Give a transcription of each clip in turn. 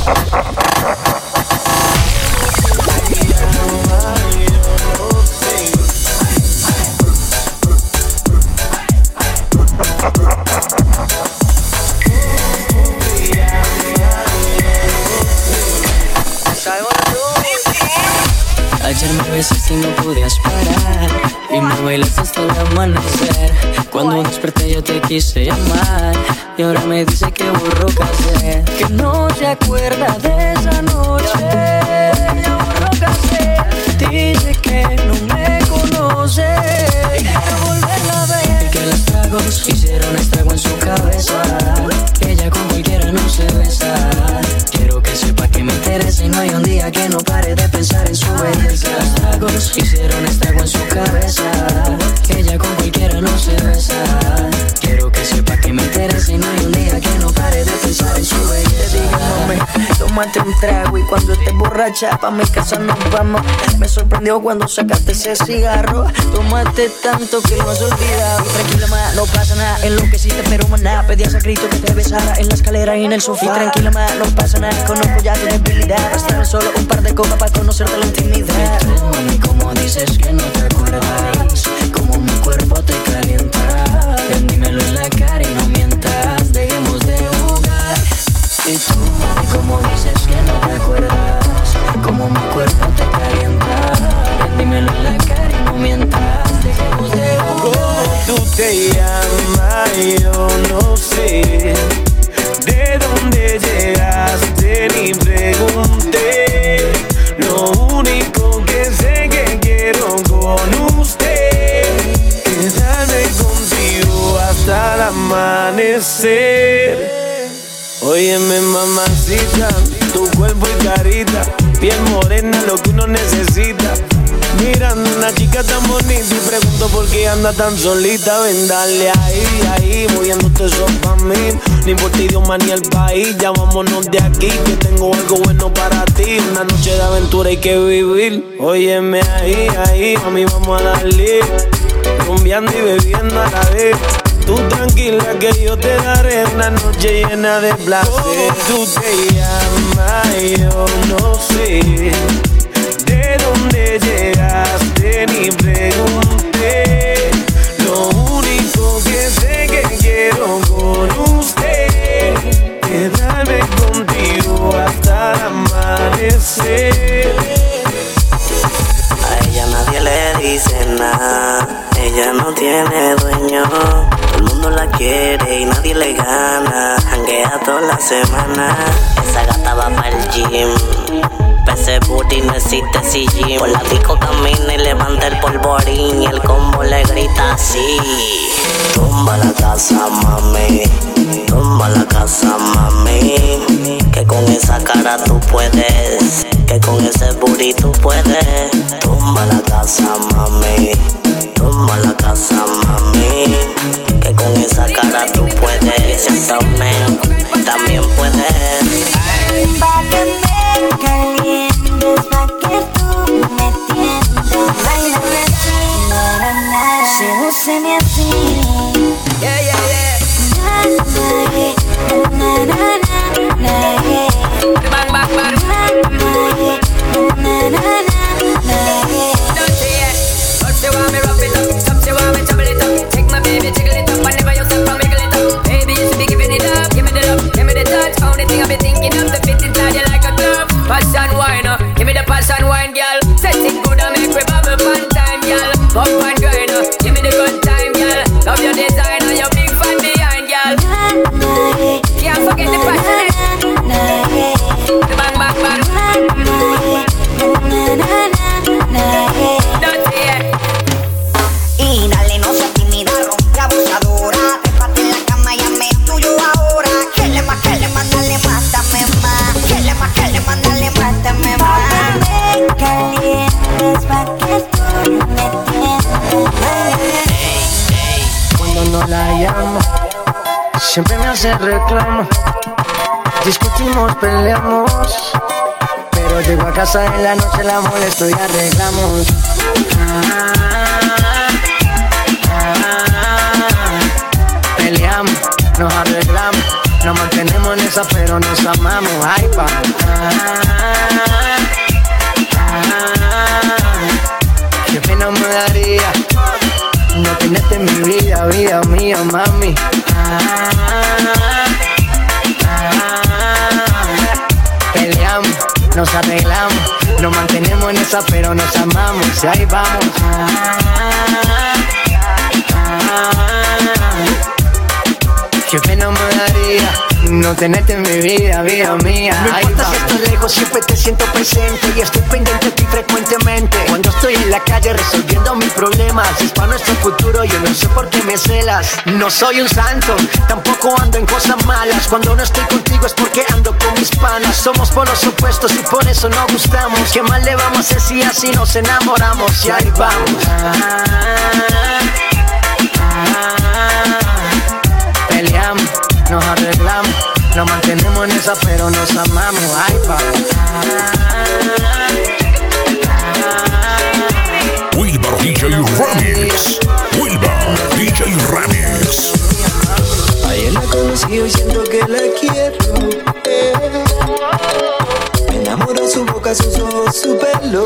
Ayer me besaste y no podías parar y me bailaste hasta el amanecer. Cuando desperté yo te quise llamar y ahora me dice que borró casé, que no se acuerda de esa noche. Ya borró casé, dice que no me conoce y quiere volverla a ver, y que los tragos hicieron estrago en su cabeza. Ella con cualquiera no se besa. Quiero que sepa que me interesa y no hay un día que no pare de pensar en su belleza. Los tragos hicieron estrago en su cabeza. Ella con cualquiera no se besa. Quiero que sepa que me interesa y no hay un día que no pare de pensar en su belleza. Dígame, tómate un trago y cuando estés borracha pa' mi casa nos vamos. Me sorprendió cuando sacaste ese cigarro. Tómate tanto que lo has olvidado. Tranquila ma, no pasa nada, enloqueciste pero maná. Pedías a grito que te besara en la escalera y en el sofá. Y tranquila ma, no pasa nada, conozco ya tu debilidad. Bastaron solo un par de copas para conocerte la intimidad. Y tú, mami, como dices que no te acuerdas, como mi cuerpo te calienta. Ven, dímelo en la cara y no mientas, dejemos de jugar. Y tú, mami, como dices que no te acuerdas, como mi cuerpo te calienta. Ven, dímelo en la cara y no mientas, dejemos de jugar. ¿Cómo tú te llamas? Yo no sé. ¿De dónde llegaste? Ni pregunté. Lo único que sé que quiero con usted quedarme contigo hasta el amanecer. Óyeme mamacita, tu cuerpo y carita, piel morena, lo que uno necesita. Mirando una chica tan bonita y pregunto por qué anda tan solita. Ven, dale ahí, moviéndote eso pa' mí. Ni por ti, Dios, ni el país. Ya vámonos de aquí, que tengo algo bueno para ti. Una noche de aventura hay que vivir. Óyeme ahí, mami, vamos a darle. Rumbeando y bebiendo a la vez. Tú tranquila que yo te daré una noche llena de placer. ¿Cómo tú te llamas? Yo no sé. ¿De dónde llegaste? Ni pregunté. Lo único que sé que quiero con usted quedarme contigo hasta el amanecer. A ella nadie le dice nada, ella no tiene dueño. Todo el mundo la quiere y nadie le gana. Janguea toda la semana, esa gata va pa'l gym. Ese booty no existe si gym. Por la disco camina y levanta el polvorín y el combo le grita así: tumba la casa, mami, tumba la casa, mami. Que con esa cara tú puedes, que con ese booty tú puedes. Tumba la casa, mami, tumba la casa, mami. Que con esa cara tú puedes, y también puedes. Pa' que me calientes, pa' que tú me tiendas. Báilame así, sedúceme así. Yeah, yeah, yeah. Na, na, na, na, yeah. Bang, bang, bang. Na, na, na, yeah. Don't say it. First you want me wrap it up, some you want me trouble it up. Take my baby, jiggle it up, whenever you step from wiggle it up. Baby, you should be giving it up, give me the love, give me the touch. Only thing I be thinking of, the fit inside you like a glove. Passion wine, give me the passion wine, girl. Set it good and make me bubble fun time, girl. Bump and grind, give me the good time, girl. Love your design and your big fan behind, girl. Can't forget the passion. The bang, bang, bang. Don't say it. Y dale, no seas tímida, rompe abusadora. Trépate en la cama y hazme tuyo ahora. Que le más, dale más, dame más. Que le más, dale más, dame más. Pa' que me calientes, pa' que tú me tiendas. Cuando no la llamo, siempre me hace reclamo. Discutimos, peleamos, pero llego a casa en la noche, la molesto y arreglamos. Peleamos, nos arreglamos, Nos mantenemos en esa pero nos amamos. Ay, vamos. Qué pena me daría no tenerte en mi vida, vida mía, mami. Peleamos, nos arreglamos, nos mantenemos en esa pero nos amamos. Y ahí vamos. Qué pena me daría no tenerte en mi vida, vida mía. No importa si estoy lejos, siempre te siento presente y estoy pendiente de ti frecuentemente. Cuando estoy en la calle resolviendo mis problemas, es para nuestro futuro, yo no sé por qué me celas. No soy un santo, tampoco ando en cosas malas. Cuando no estoy contigo es porque ando con mis panas. Somos polos opuestos y por eso nos gustamos. ¿Qué más le vamos a hacer si así nos enamoramos? Y ahí vamos. Peleamos, nos arreglamos, nos mantenemos en esa pero nos amamos. Ay, Wilbar DJ Remix. Wilbar DJ Remix. Ayer la conocí, hoy siento que la quiero. Me enamoró su boca, sus ojos, su pelo.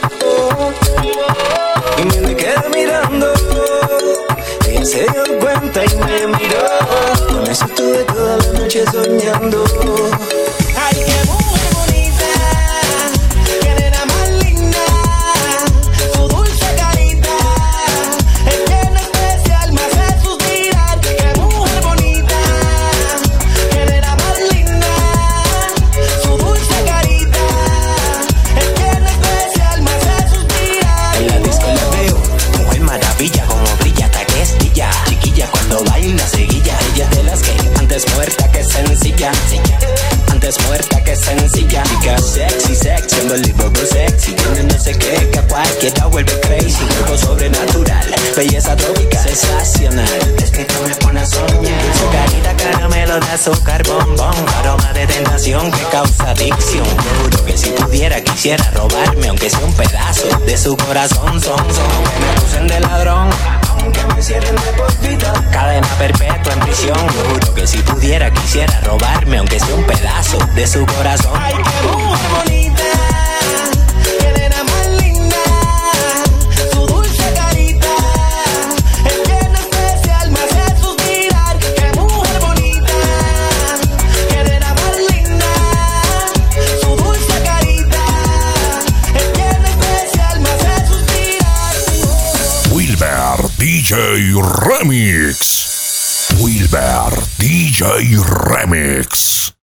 Y me quedé mirando. Ella se dio cuenta y me miró. Con eso estuve toda la noche soñando. Ay, qué mujer bonita, qué nena más linda. Su dulce carita es bien especial, me hace suspirar. Qué mujer bonita, qué nena más linda. Su dulce carita es bien especial, me hace suspirar. En la disco la veo, mujer maravilla, como brilla hasta que estilla. Chiquilla cuando baila seguilla, ella es de las que antes muerta que sencilla. Antes muerta que sencilla. Chica sexy, sexy, siendo el libro sexy. Tiene no sé qué, que a cualquiera vuelve crazy. Cuerpo sobrenatural, belleza tropical, sensacional. Es que tú me pones a soñar. Su carita caramelo de azúcar, bombón. Aroma de tentación que causa adicción. Juro que si pudiera quisiera robarme, aunque sea un pedazo de su corazón. Aunque me acusen de ladrón, aunque me cierren de por vida, cadena perpetua en prisión. Juro que si pudiera quisiera robarme, aunque sea un pedazo de su corazón. Ay, qué mujer bonita, qué nena más linda. Su dulce carita es bien especial, me hace suspirar. Qué mujer bonita, qué nena más linda. Su dulce carita es bien especial, me hace suspirar. Wilbar DJ Remix. Wilbar DJ Remix.